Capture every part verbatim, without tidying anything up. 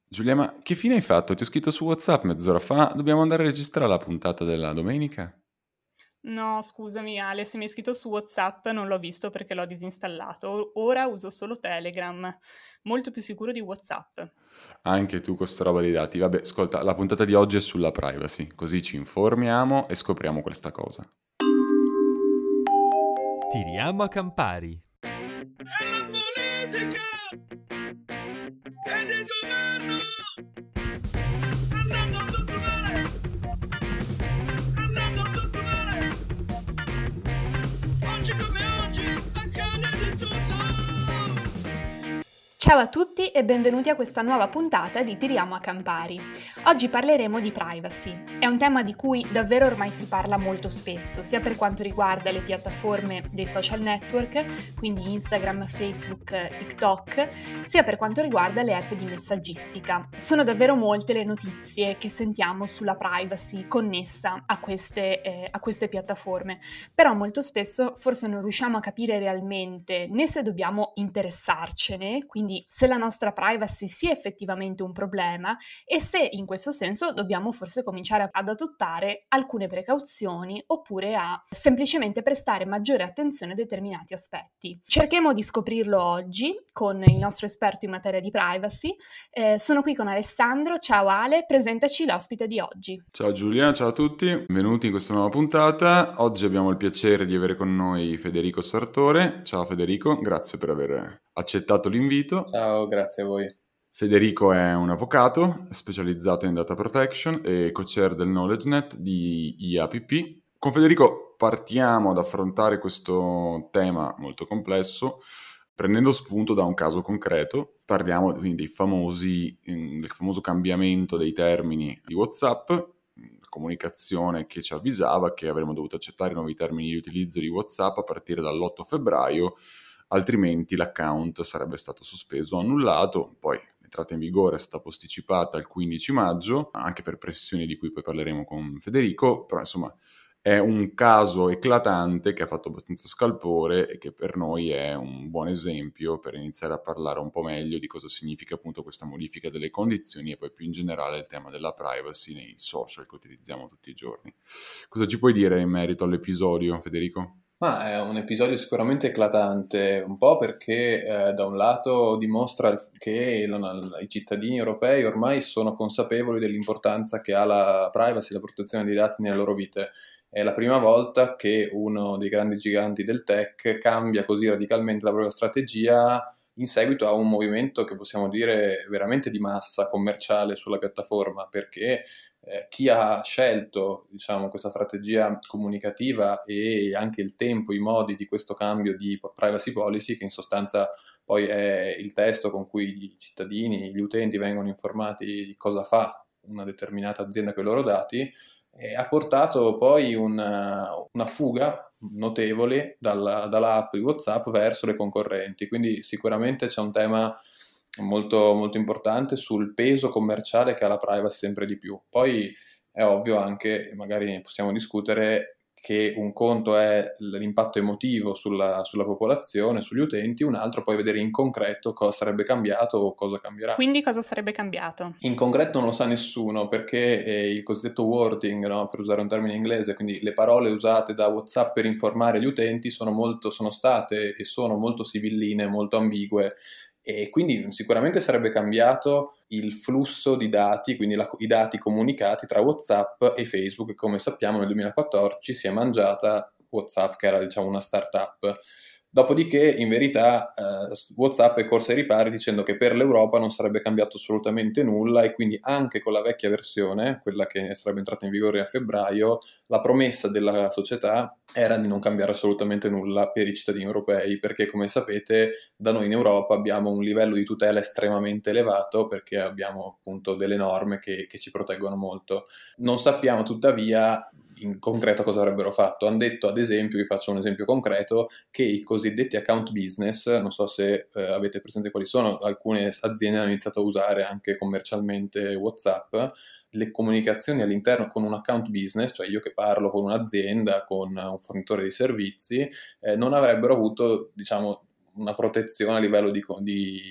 Giulia, ma che fine hai fatto? Ti ho scritto su WhatsApp mezz'ora fa, dobbiamo andare a registrare la puntata della domenica? No, scusami Ale, se mi hai scritto su WhatsApp non l'ho visto perché l'ho disinstallato. Ora uso solo Telegram, molto più sicuro di WhatsApp. Anche tu con sta roba dei dati. Vabbè, ascolta, la puntata di oggi è sulla privacy, così ci informiamo e scopriamo questa cosa. Tiriamo a Campari. E la politica è di governo! Andiamo a tutto male! Andiamo a tutto male! Oggi come oggi accade di tutto! Ciao a tutti e benvenuti a questa nuova puntata di Tiriamo a Campari. Oggi parleremo di privacy. È un tema di cui davvero ormai si parla molto spesso, sia per quanto riguarda le piattaforme dei social network, quindi Instagram, Facebook, TikTok, sia per quanto riguarda le app di messaggistica. Sono davvero molte le notizie che sentiamo sulla privacy connessa a queste, eh, a queste piattaforme, però molto spesso forse non riusciamo a capire realmente né se dobbiamo interessarcene, quindi se la nostra privacy sia effettivamente un problema e se in questo senso dobbiamo forse cominciare ad adottare alcune precauzioni oppure a semplicemente prestare maggiore attenzione a determinati aspetti. Cerchiamo di scoprirlo oggi con il nostro esperto in materia di privacy. Eh, sono qui con Alessandro. Ciao Ale, presentaci l'ospite di oggi. Ciao Giulia, ciao a tutti, benvenuti in questa nuova puntata. Oggi abbiamo il piacere di avere con noi Federico Sartore. Ciao Federico, grazie per aver accettato l'invito. Ciao, grazie a voi. Federico è un avvocato specializzato in data protection e co-chair del KnowledgeNet di I A P P. Con Federico partiamo ad affrontare questo tema molto complesso prendendo spunto da un caso concreto. Parliamo quindi dei famosi, del famoso cambiamento dei termini di WhatsApp, comunicazione che ci avvisava che avremmo dovuto accettare i nuovi termini di utilizzo di WhatsApp a partire dall'otto febbraio, altrimenti l'account sarebbe stato sospeso o annullato. Poi l'entrata in vigore è stata posticipata al quindici maggio, anche per pressioni di cui poi parleremo con Federico, però insomma è un caso eclatante che ha fatto abbastanza scalpore e che per noi è un buon esempio per iniziare a parlare un po' meglio di cosa significa appunto questa modifica delle condizioni e poi più in generale il tema della privacy nei social che utilizziamo tutti i giorni. Cosa ci puoi dire in merito all'episodio, Federico? Ma è un episodio sicuramente eclatante, un po' perché eh, da un lato dimostra il- che la- la- i cittadini europei ormai sono consapevoli dell'importanza che ha la privacy e la protezione dei dati nelle loro vite. È la prima volta che uno dei grandi giganti del tech cambia così radicalmente la propria strategia in seguito a un movimento che possiamo dire veramente di massa commerciale sulla piattaforma, perché eh, chi ha scelto, diciamo, questa strategia comunicativa e anche il tempo, i modi di questo cambio di privacy policy, che in sostanza poi è il testo con cui i cittadini, gli utenti vengono informati di cosa fa una determinata azienda con i loro dati, eh, ha portato poi una, una fuga notevole dalla, dalla app di WhatsApp verso le concorrenti. Quindi sicuramente c'è un tema molto, molto importante sul peso commerciale che ha la privacy sempre di più. Poi è ovvio anche, magari ne possiamo discutere, che un conto è l'impatto emotivo sulla, sulla popolazione, sugli utenti, un altro poi vedere in concreto cosa sarebbe cambiato o cosa cambierà. Quindi cosa sarebbe cambiato? In concreto non lo sa nessuno perché eh, il cosiddetto wording, no, per usare un termine inglese, quindi le parole usate da WhatsApp per informare gli utenti sono, molto, sono state e sono molto sibilline, molto ambigue e quindi sicuramente sarebbe cambiato il flusso di dati, quindi la, i dati comunicati tra WhatsApp e Facebook, che come sappiamo nel duemilaquattordici si è mangiata WhatsApp, che era diciamo una startup. Dopodiché, in verità, eh, WhatsApp è corsa ai ripari dicendo che per l'Europa non sarebbe cambiato assolutamente nulla e quindi anche con la vecchia versione, quella che sarebbe entrata in vigore a febbraio, la promessa della società era di non cambiare assolutamente nulla per i cittadini europei, perché come sapete da noi in Europa abbiamo un livello di tutela estremamente elevato perché abbiamo appunto delle norme che, che ci proteggono molto. Non sappiamo tuttavia in concreto cosa avrebbero fatto. Hanno detto, ad esempio, vi faccio un esempio concreto, che i cosiddetti account business, non so se eh, avete presente quali sono, alcune aziende hanno iniziato a usare anche commercialmente WhatsApp, le comunicazioni all'interno con un account business, cioè io che parlo con un'azienda, con un fornitore di servizi, eh, non avrebbero avuto, diciamo, una protezione a livello di, di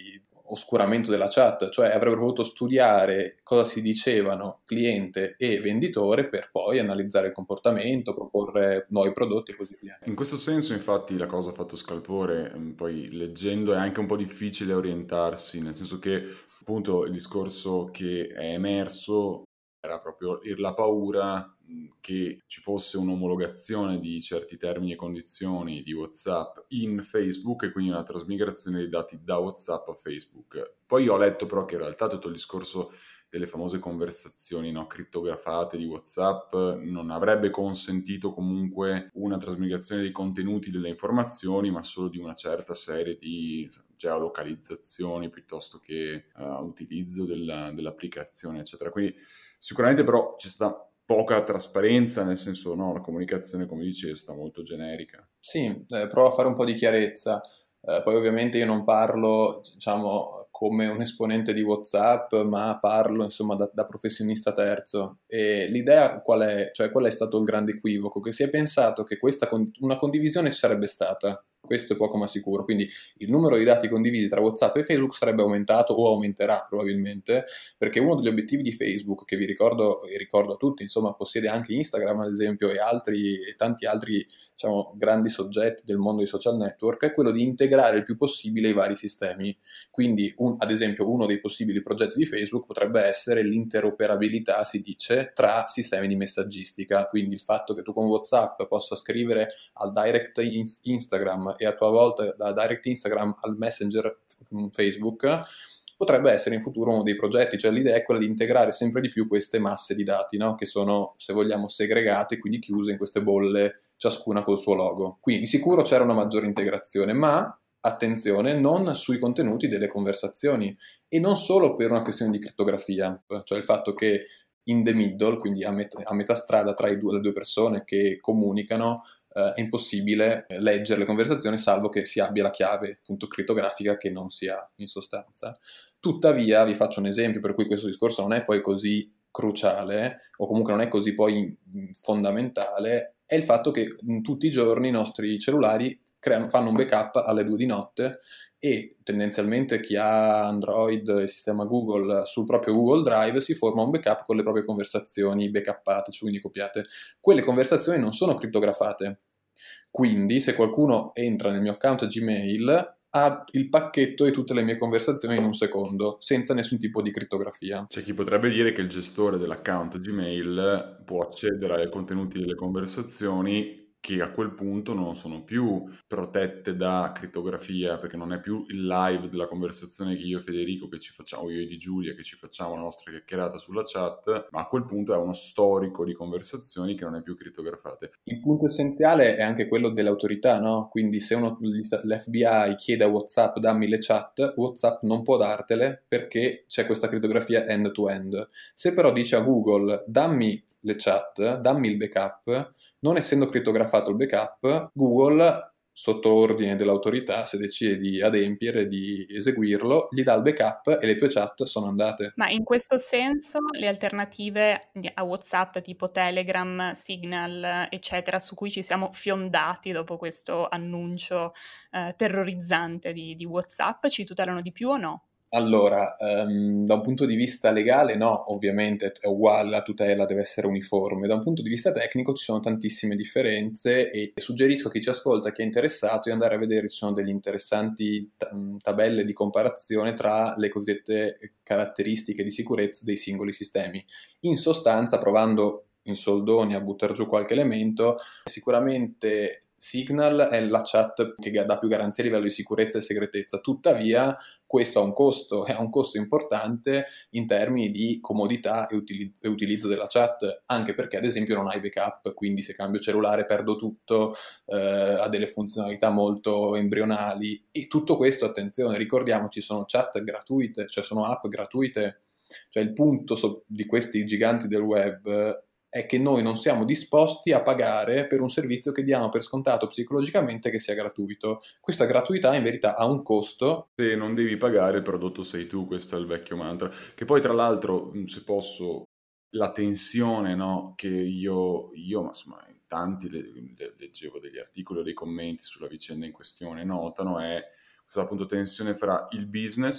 oscuramento della chat, cioè avrebbero potuto studiare cosa si dicevano cliente e venditore per poi analizzare il comportamento, proporre nuovi prodotti e così via. In questo senso, infatti, la cosa ha fatto scalpore, mm, poi leggendo è anche un po' difficile orientarsi, nel senso che appunto il discorso che è emerso era proprio la paura mh, che ci fosse un'omologazione di certi termini e condizioni di WhatsApp in Facebook e quindi una trasmigrazione dei dati da WhatsApp a Facebook. Poi ho letto però che in realtà tutto il discorso delle famose conversazioni, no, crittografate di WhatsApp non avrebbe consentito comunque una trasmigrazione dei contenuti delle informazioni, ma solo di una certa serie di geolocalizzazioni piuttosto che uh, utilizzo della, dell'applicazione, eccetera. Quindi sicuramente però c'è stata poca trasparenza, nel senso, no, la comunicazione, come dicevi, è stata molto generica. Sì, eh, provo a fare un po' di chiarezza. Eh, poi ovviamente io non parlo, diciamo, come un esponente di WhatsApp, ma parlo insomma da, da professionista terzo. E l'idea qual è? Cioè qual è stato il grande equivoco? Che si è pensato che questa con- una condivisione ci sarebbe stata. Questo è poco ma sicuro, quindi il numero di dati condivisi tra WhatsApp e Facebook sarebbe aumentato o aumenterà probabilmente, perché uno degli obiettivi di Facebook, che vi ricordo e ricordo a tutti, insomma possiede anche Instagram ad esempio e altri e tanti altri diciamo grandi soggetti del mondo dei social network, è quello di integrare il più possibile i vari sistemi. Quindi un, ad esempio uno dei possibili progetti di Facebook potrebbe essere l'interoperabilità, si dice, tra sistemi di messaggistica, quindi il fatto che tu con WhatsApp possa scrivere al direct in- Instagram e a tua volta da direct Instagram al Messenger Facebook, potrebbe essere in futuro uno dei progetti, cioè l'idea è quella di integrare sempre di più queste masse di dati, no? Che sono, se vogliamo, segregate, quindi chiuse in queste bolle, ciascuna col suo logo. Quindi di sicuro c'era una maggiore integrazione, ma attenzione, non sui contenuti delle conversazioni e non solo per una questione di crittografia, cioè il fatto che in the middle, quindi a, met- a metà strada tra i due, le due persone che comunicano, Uh, è impossibile leggere le conversazioni salvo che si abbia la chiave appunto crittografica che non si ha in sostanza. Tuttavia vi faccio un esempio per cui questo discorso non è poi così cruciale o comunque non è così poi fondamentale, è il fatto che in tutti i giorni i nostri cellulari creano, fanno un backup alle due di notte e tendenzialmente chi ha Android e il sistema Google sul proprio Google Drive si forma un backup con le proprie conversazioni backuppate, cioè quindi copiate. Quelle conversazioni non sono crittografate. Quindi se qualcuno entra nel mio account Gmail ha il pacchetto e tutte le mie conversazioni in un secondo, senza nessun tipo di crittografia. C'è chi potrebbe dire che il gestore dell'account Gmail può accedere ai contenuti delle conversazioni che a quel punto non sono più protette da crittografia, perché non è più il live della conversazione che io e Federico che ci facciamo, io e di Giulia che ci facciamo la nostra chiacchierata sulla chat, ma a quel punto è uno storico di conversazioni che non è più crittografate. Il punto essenziale è anche quello dell'autorità, no? Quindi se uno, l'F B I chiede a WhatsApp dammi le chat, WhatsApp non può dartele perché c'è questa crittografia end-to-end. Se però dice a Google dammi le chat, dammi il backup, non essendo crittografato il backup, Google, sotto ordine dell'autorità, se decide di adempiere, di eseguirlo, gli dà il backup e le tue chat sono andate. Ma in questo senso le alternative a WhatsApp tipo Telegram, Signal, eccetera, su cui ci siamo fiondati dopo questo annuncio eh, terrorizzante di, di WhatsApp, ci tutelano di più o no? Allora, um, da un punto di vista legale no, ovviamente è uguale, la tutela deve essere uniforme. Da un punto di vista tecnico ci sono tantissime differenze e suggerisco a chi ci ascolta, chi è interessato, di andare a vedere, ci sono delle interessanti t- tabelle di comparazione tra le cosiddette caratteristiche di sicurezza dei singoli sistemi. In sostanza, provando in soldoni a buttare giù qualche elemento, sicuramente Signal è la chat che dà più garanzie a livello di sicurezza e segretezza, tuttavia questo ha un costo, ha un costo importante in termini di comodità e utilizzo, e utilizzo della chat, anche perché ad esempio non hai backup, quindi se cambio cellulare perdo tutto, eh, ha delle funzionalità molto embrionali e tutto questo, attenzione, ricordiamoci, sono chat gratuite, cioè sono app gratuite, cioè il punto so- di questi giganti del web è che noi non siamo disposti a pagare per un servizio che diamo per scontato psicologicamente che sia gratuito. Questa gratuità in verità ha un costo. Se non devi pagare il prodotto sei tu, questo è il vecchio mantra. Che poi tra l'altro, se posso, la tensione, no, che io, io ma insomma tanti le, le, leggevo degli articoli o dei commenti sulla vicenda in questione, notano è questa appunto tensione fra il business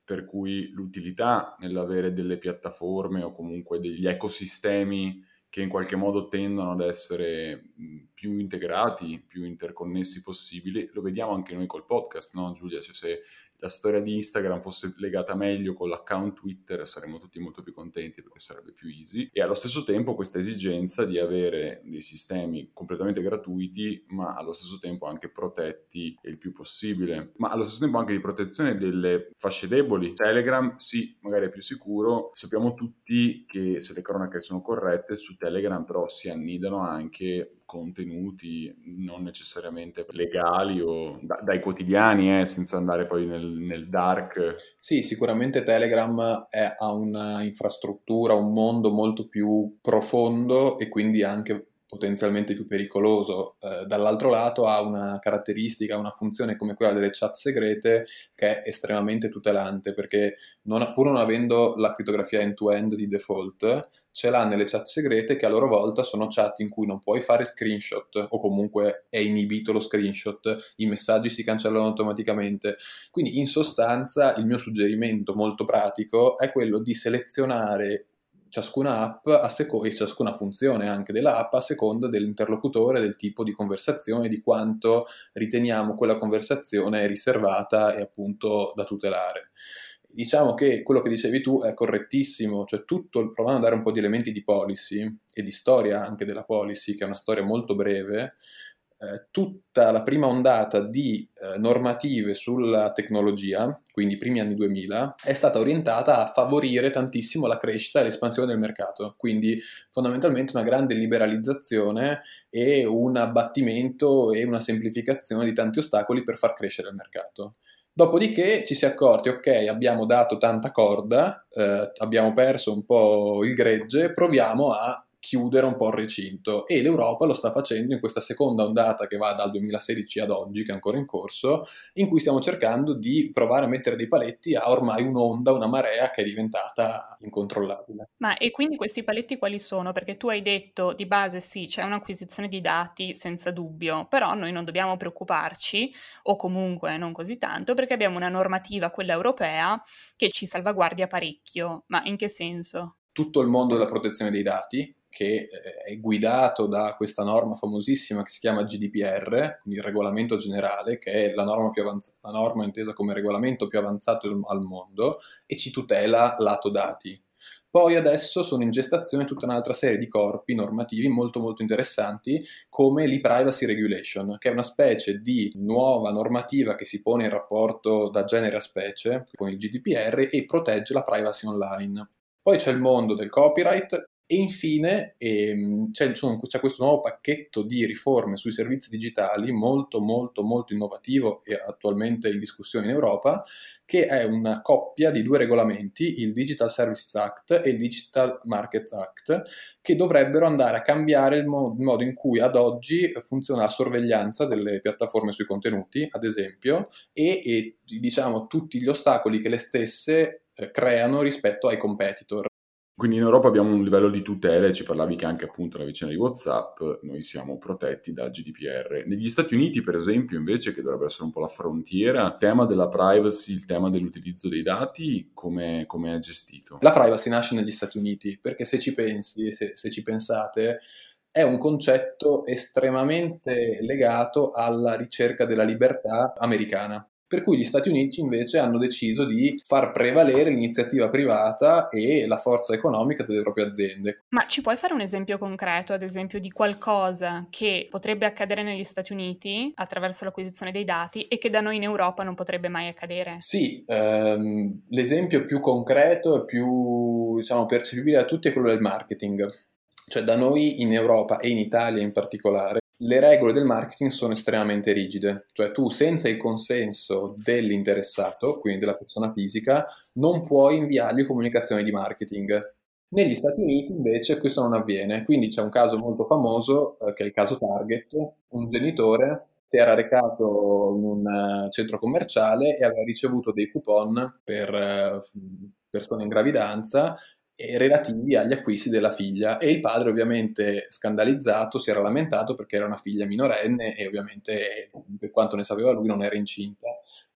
per cui l'utilità nell'avere delle piattaforme o comunque degli ecosistemi che in qualche modo tendono ad essere più integrati, più interconnessi possibili, lo vediamo anche noi col podcast, no Giulia? Cioè, se la storia di Instagram fosse legata meglio con l'account Twitter saremmo tutti molto più contenti perché sarebbe più easy, e allo stesso tempo questa esigenza di avere dei sistemi completamente gratuiti ma allo stesso tempo anche protetti il più possibile, ma allo stesso tempo anche di protezione delle fasce deboli. Telegram sì, magari è più sicuro, sappiamo tutti che se le cronache sono corrette su Telegram però si annidano anche contenuti non necessariamente legali o da, dai quotidiani, eh, senza andare poi nel, nel dark. Sì, sicuramente Telegram è, ha una infrastruttura, un mondo molto più profondo e quindi anche potenzialmente più pericoloso. Eh, dall'altro lato ha una caratteristica, una funzione come quella delle chat segrete che è estremamente tutelante, perché non, pur non avendo la crittografia end-to-end di default, ce l'ha nelle chat segrete che a loro volta sono chat in cui non puoi fare screenshot o comunque è inibito lo screenshot, i messaggi si cancellano automaticamente. Quindi in sostanza il mio suggerimento molto pratico è quello di selezionare ciascuna app a seco- e ciascuna funzione anche della app a seconda dell'interlocutore, del tipo di conversazione, di quanto riteniamo quella conversazione riservata e appunto da tutelare. Diciamo che quello che dicevi tu è correttissimo, cioè tutto, provando a dare un po' di elementi di policy e di storia anche della policy, che è una storia molto breve, eh, tutta la prima ondata di eh, normative sulla tecnologia, quindi i primi anni duemila, è stata orientata a favorire tantissimo la crescita e l'espansione del mercato, quindi fondamentalmente una grande liberalizzazione e un abbattimento e una semplificazione di tanti ostacoli per far crescere il mercato. Dopodiché ci si è accorti, ok, abbiamo dato tanta corda, eh, abbiamo perso un po' il gregge, proviamo a chiudere un po' il recinto, e l'Europa lo sta facendo in questa seconda ondata che va dal duemilasedici ad oggi, che è ancora in corso, in cui stiamo cercando di provare a mettere dei paletti a ormai un'onda, una marea che è diventata incontrollabile. Ma e quindi questi paletti quali sono? Perché tu hai detto di base sì, c'è un'acquisizione di dati senza dubbio, però noi non dobbiamo preoccuparci, o comunque non così tanto, perché abbiamo una normativa, quella europea, che ci salvaguardia parecchio. Ma in che senso? Tutto il mondo della protezione dei dati, che è guidato da questa norma famosissima che si chiama G D P R, quindi il regolamento generale, che è la norma più avanzata, la norma intesa come regolamento più avanzato al mondo, e ci tutela lato dati. Poi adesso sono in gestazione tutta un'altra serie di corpi normativi molto molto interessanti, come l'e-Privacy Regulation, che è una specie di nuova normativa che si pone in rapporto da genere a specie con il G D P R e protegge la privacy online. Poi c'è il mondo del copyright e infine ehm, c'è, c'è questo nuovo pacchetto di riforme sui servizi digitali molto molto molto innovativo e attualmente in discussione in Europa, che è una coppia di due regolamenti, il Digital Services Act e il Digital Markets Act, che dovrebbero andare a cambiare il, mo- il modo in cui ad oggi funziona la sorveglianza delle piattaforme sui contenuti, ad esempio, e, e diciamo tutti gli ostacoli che le stesse eh, creano rispetto ai competitor. Quindi in Europa abbiamo un livello di tutele, ci parlavi che anche appunto la vicenda di WhatsApp, noi siamo protetti da G D P R. Negli Stati Uniti, per esempio, invece, che dovrebbe essere un po' la frontiera, il tema della privacy, il tema dell'utilizzo dei dati, come, come è gestito? La privacy nasce negli Stati Uniti, perché se ci pensi, se, se ci pensate, è un concetto estremamente legato alla ricerca della libertà americana. Per cui gli Stati Uniti invece hanno deciso di far prevalere l'iniziativa privata e la forza economica delle proprie aziende. Ma ci puoi fare un esempio concreto, ad esempio, di qualcosa che potrebbe accadere negli Stati Uniti attraverso l'acquisizione dei dati e che da noi in Europa non potrebbe mai accadere? Sì, ehm, l'esempio più concreto e più, diciamo, percepibile da tutti è quello del marketing. Cioè da noi in Europa e in Italia in particolare, le regole del marketing sono estremamente rigide, cioè tu senza il consenso dell'interessato, quindi della persona fisica, non puoi inviargli comunicazioni di marketing. Negli Stati Uniti invece questo non avviene, quindi c'è un caso molto famoso, eh, che è il caso Target. Un genitore si era recato in un uh, centro commerciale e aveva ricevuto dei coupon per uh, persone in gravidanza e relativi agli acquisti della figlia, e il padre ovviamente scandalizzato si era lamentato perché era una figlia minorenne e ovviamente per quanto ne sapeva lui non era incinta.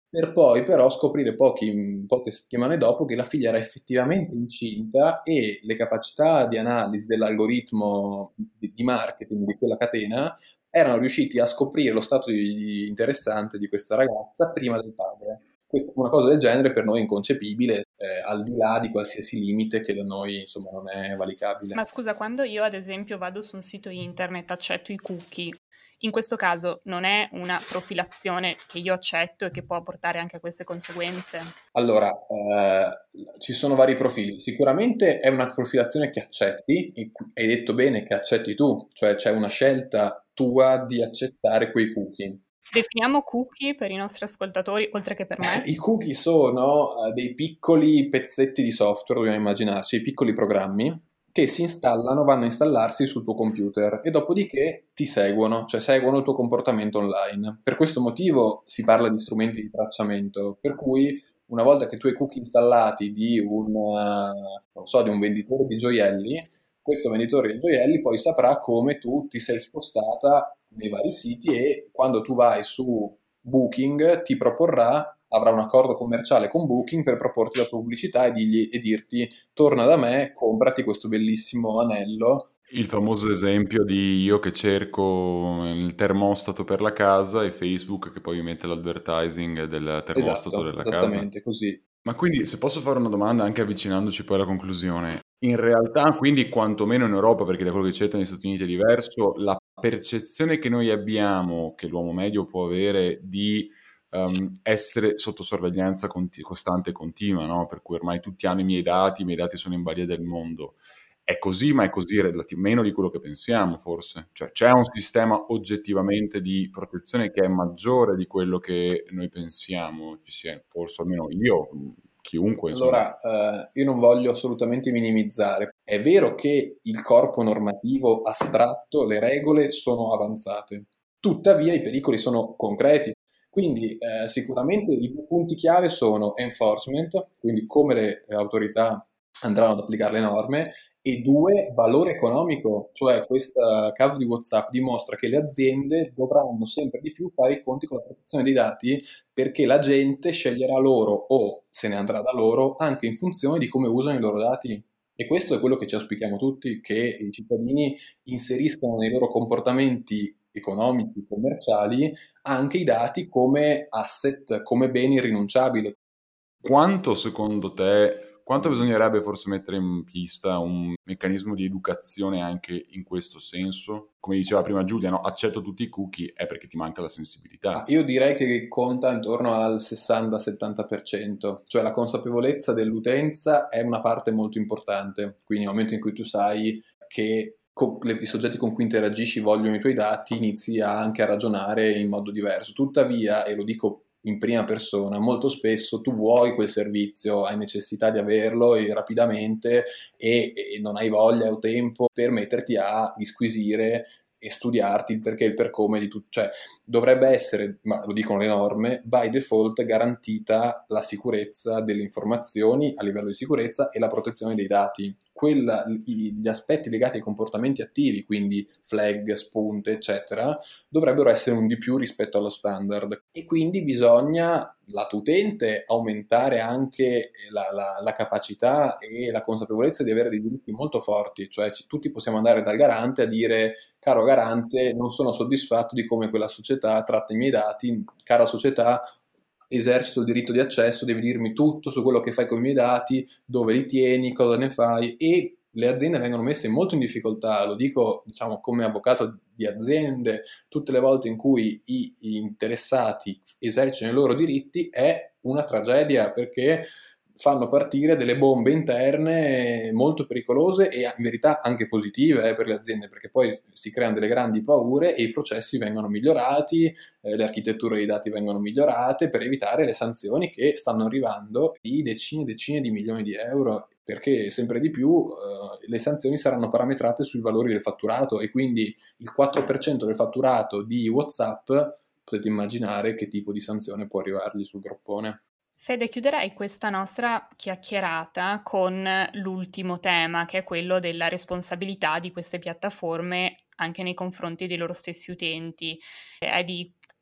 per poi però scoprire pochi, poche settimane dopo che la figlia era effettivamente incinta e le capacità di analisi dell'algoritmo di, di marketing di quella catena erano riusciti a scoprire lo stato di- interessante di questa ragazza prima del padre. Questa- una cosa del genere per noi è inconcepibile, eh, al di là di qualsiasi limite che da noi insomma non è valicabile. Ma scusa, quando io ad esempio vado su un sito internet, accetto i cookie, in questo caso non è una profilazione che io accetto e che può portare anche a queste conseguenze? Allora, eh, ci sono vari profili. Sicuramente è una profilazione che accetti, e qui- hai detto bene che accetti tu, cioè c'è una scelta tua di accettare quei cookie. Definiamo cookie per i nostri ascoltatori, oltre che per me. I cookie sono eh, dei piccoli pezzetti di software, dobbiamo immaginarci, dei piccoli programmi che si installano, vanno a installarsi sul tuo computer e dopodiché ti seguono, cioè seguono il tuo comportamento online. Per questo motivo si parla di strumenti di tracciamento, per cui una volta che tu hai cookie installati di un, eh, non so, di un venditore di gioielli, questo venditore di gioielli poi saprà come tu ti sei spostata nei vari siti e quando tu vai su Booking ti proporrà, avrà un accordo commerciale con Booking per proporti la tua pubblicità e, digli- e dirti torna da me, comprati questo bellissimo anello. Il famoso esempio di io che cerco il termostato per la casa e Facebook che poi mette l'advertising del termostato Esatto, della casa. esattamente così. Ma quindi, se posso fare una domanda anche avvicinandoci poi alla conclusione, in realtà, quindi quantomeno in Europa, perché da quello che c'è negli Stati Uniti è diverso, la percezione che noi abbiamo, che l'uomo medio può avere di ehm, essere sotto sorveglianza conti- costante e continua, no? Per cui ormai tutti hanno i miei dati, i miei dati sono in balia del mondo. È così, ma è così relati- meno di quello che pensiamo, forse. Cioè, c'è un sistema oggettivamente di protezione che è maggiore di quello che noi pensiamo. Ci sia, forse almeno io, mh, chiunque, insomma. Allora, eh, io non voglio assolutamente minimizzare. È vero che il corpo normativo astratto, le regole sono avanzate, tuttavia i pericoli sono concreti. Quindi eh, sicuramente i due punti chiave sono enforcement, quindi come le autorità andranno ad applicare le norme, e due, valore economico, cioè questo caso di WhatsApp dimostra che le aziende dovranno sempre di più fare i conti con la protezione dei dati perché la gente sceglierà loro o se ne andrà da loro anche in funzione di come usano i loro dati. E questo è quello che ci auspichiamo tutti, che i cittadini inseriscano nei loro comportamenti economici, commerciali, anche i dati come asset, come beni irrinunciabili. Quanto secondo te, quanto bisognerebbe forse mettere in pista un meccanismo di educazione anche in questo senso? Come diceva prima Giulia, no? Accetto tutti i cookie è perché ti manca la sensibilità. Ah, io direi che conta intorno al sessanta-settanta per cento, cioè la consapevolezza dell'utenza è una parte molto importante, quindi nel momento in cui tu sai che co- le- i soggetti con cui interagisci vogliono i tuoi dati, inizi a- anche a ragionare in modo diverso. Tuttavia, e lo dico in prima persona, molto spesso tu vuoi quel servizio, hai necessità di averlo e rapidamente e, e non hai voglia o tempo per metterti a disquisire e studiarti il perché e il per come di tutto, cioè dovrebbe essere, ma lo dicono le norme, by default garantita la sicurezza delle informazioni a livello di sicurezza e la protezione dei dati. Quella, i- gli aspetti legati ai comportamenti attivi, quindi flag, spunte, eccetera, dovrebbero essere un di più rispetto allo standard. E quindi bisogna, lato utente, aumentare anche la, la- la capacità e la consapevolezza di avere dei diritti molto forti, cioè ci- tutti possiamo andare dal garante a dire caro garante, non sono soddisfatto di come quella società tratta i miei dati, cara società, esercito il diritto di accesso, devi dirmi tutto su quello che fai con i miei dati, dove li tieni, cosa ne fai e le aziende vengono messe molto in difficoltà, lo dico diciamo come avvocato di aziende, tutte le volte in cui i i interessati esercitano i loro diritti è una tragedia perché fanno partire delle bombe interne molto pericolose e in verità anche positive eh, per le aziende, perché poi si creano delle grandi paure e i processi vengono migliorati, eh, le architetture dei dati vengono migliorate per evitare le sanzioni che stanno arrivando di decine e decine di milioni di euro, perché sempre di più eh, le sanzioni saranno parametrate sui valori del fatturato e quindi il quattro per cento del fatturato di WhatsApp potete immaginare che tipo di sanzione può arrivargli sul groppone. Fede, chiuderei questa nostra chiacchierata con l'ultimo tema, che è quello della responsabilità di queste piattaforme anche nei confronti dei loro stessi utenti. È di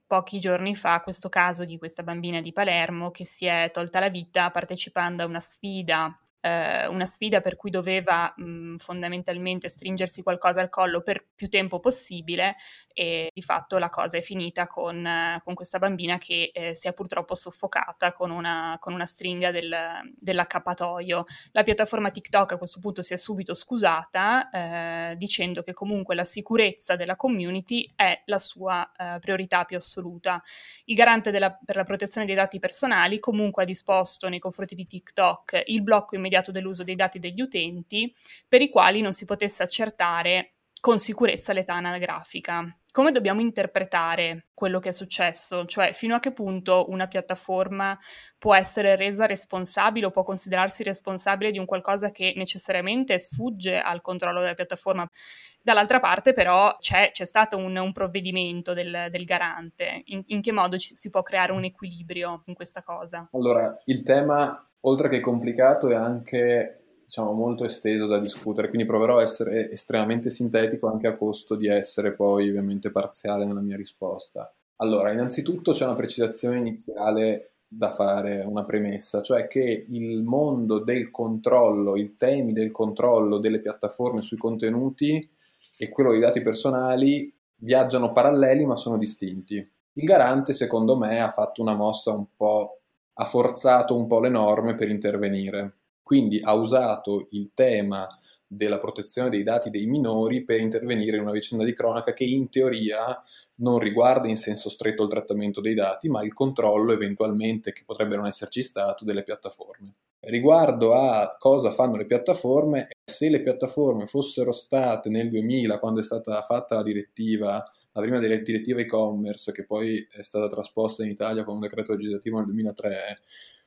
pochi giorni fa questo caso di questa bambina di Palermo che si è tolta la vita partecipando a una sfida, eh, una sfida per cui doveva mh, fondamentalmente stringersi qualcosa al collo per più tempo possibile, e di fatto la cosa è finita con, eh, con questa bambina che eh, si è purtroppo soffocata con una, con una stringa del, dell'accappatoio. La piattaforma TikTok a questo punto si è subito scusata, eh, dicendo che comunque la sicurezza della community è la sua eh, priorità più assoluta. Il garante della, per la protezione dei dati personali comunque ha disposto nei confronti di TikTok il blocco immediato dell'uso dei dati degli utenti per i quali non si potesse accertare con sicurezza l'età anagrafica. Come dobbiamo interpretare quello che è successo? Cioè, fino a che punto una piattaforma può essere resa responsabile o può considerarsi responsabile di un qualcosa che necessariamente sfugge al controllo della piattaforma? Dall'altra parte, però, c'è, c'è stato un, un provvedimento del, del garante. In, in che modo ci, si può creare un equilibrio in questa cosa? Allora, il tema, oltre che complicato, è anche, diciamo, molto esteso da discutere, quindi proverò a essere estremamente sintetico anche a costo di essere poi ovviamente parziale nella mia risposta. Allora, innanzitutto c'è una precisazione iniziale da fare, una premessa, cioè che il mondo del controllo, i temi del controllo delle piattaforme sui contenuti e quello dei dati personali viaggiano paralleli ma sono distinti. Il garante, secondo me, ha fatto una mossa un po', ha forzato un po' le norme per intervenire. Quindi ha usato il tema della protezione dei dati dei minori per intervenire in una vicenda di cronaca che in teoria non riguarda in senso stretto il trattamento dei dati, ma il controllo eventualmente, che potrebbe non esserci stato, delle piattaforme. Riguardo a cosa fanno le piattaforme, se le piattaforme fossero state nel duemila, quando è stata fatta la direttiva, la prima direttiva e-commerce, che poi è stata trasposta in Italia con un decreto legislativo nel duemilatré,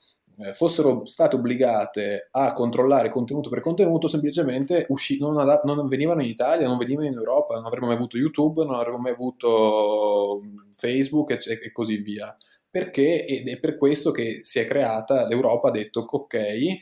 fossero state obbligate a controllare contenuto per contenuto, semplicemente usci- non, ad- non venivano in Italia, non venivano in Europa, non avremmo mai avuto YouTube, non avremmo mai avuto Facebook e, e così via. Perché? Ed è per questo che si è creata, l'Europa ha detto ok,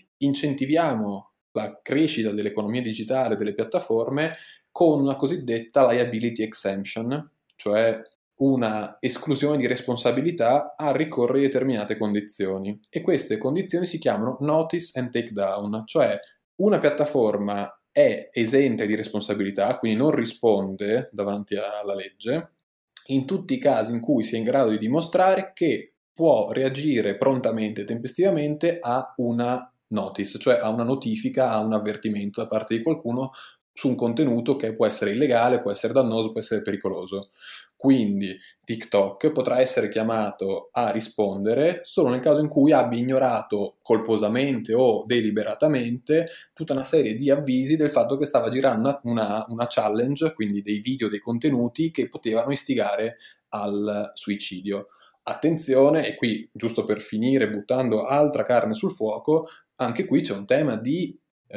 incentiviamo la crescita dell'economia digitale, delle piattaforme, con una cosiddetta liability exemption, cioè una esclusione di responsabilità a ricorrere a determinate condizioni, e queste condizioni si chiamano notice and takedown, cioè una piattaforma è esente di responsabilità, quindi non risponde davanti alla legge, in tutti i casi in cui sia in grado di dimostrare che può reagire prontamente e tempestivamente a una notice, cioè a una notifica, a un avvertimento da parte di qualcuno su un contenuto che può essere illegale, può essere dannoso, può essere pericoloso. Quindi TikTok potrà essere chiamato a rispondere solo nel caso in cui abbia ignorato colposamente o deliberatamente tutta una serie di avvisi del fatto che stava girando una, una, una challenge, quindi dei video, dei contenuti che potevano istigare al suicidio. Attenzione, e qui giusto per finire buttando altra carne sul fuoco, anche qui c'è un tema di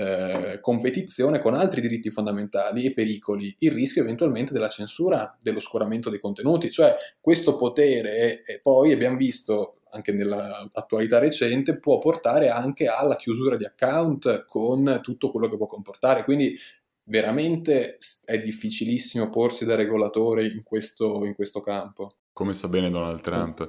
Eh, competizione con altri diritti fondamentali e pericoli, il rischio eventualmente della censura, dell'oscuramento dei contenuti, cioè questo potere, e poi abbiamo visto anche nell'attualità recente, può portare anche alla chiusura di account con tutto quello che può comportare, quindi veramente è difficilissimo porsi da regolatore in questo, in questo campo. Come sa bene Donald Trump.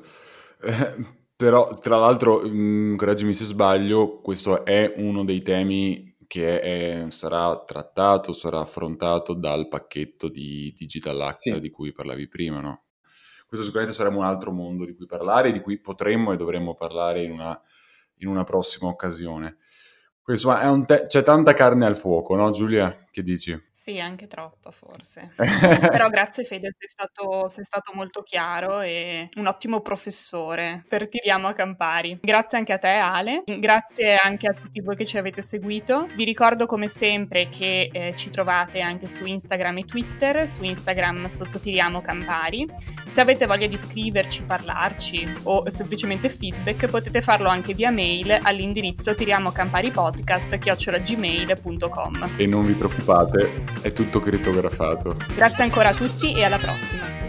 Eh, però, tra l'altro, mh, correggimi se sbaglio, questo è uno dei temi che è, sarà trattato, sarà affrontato dal pacchetto di Digital Act, sì, di cui parlavi prima, no? Questo sicuramente sarà un altro mondo di cui parlare, di cui potremmo e dovremmo parlare in una, in una prossima occasione. Quindi, insomma, è un te- c'è tanta carne al fuoco, no Giulia? Che dici? Sì, anche troppo forse. Però grazie Fede, sei stato, sei stato molto chiaro e un ottimo professore per Tiriamo a Campari. Grazie anche a te Ale, grazie anche a tutti voi che ci avete seguito. Vi ricordo come sempre che eh, ci trovate anche su Instagram e Twitter, su Instagram sotto Tiriamo Campari. Se avete voglia di scriverci, parlarci o semplicemente feedback, potete farlo anche via mail all'indirizzo tiriamocamparipodcast chiocciola gmail punto com. E non vi preoccupate, è tutto crittografato. Grazie ancora a tutti e alla prossima.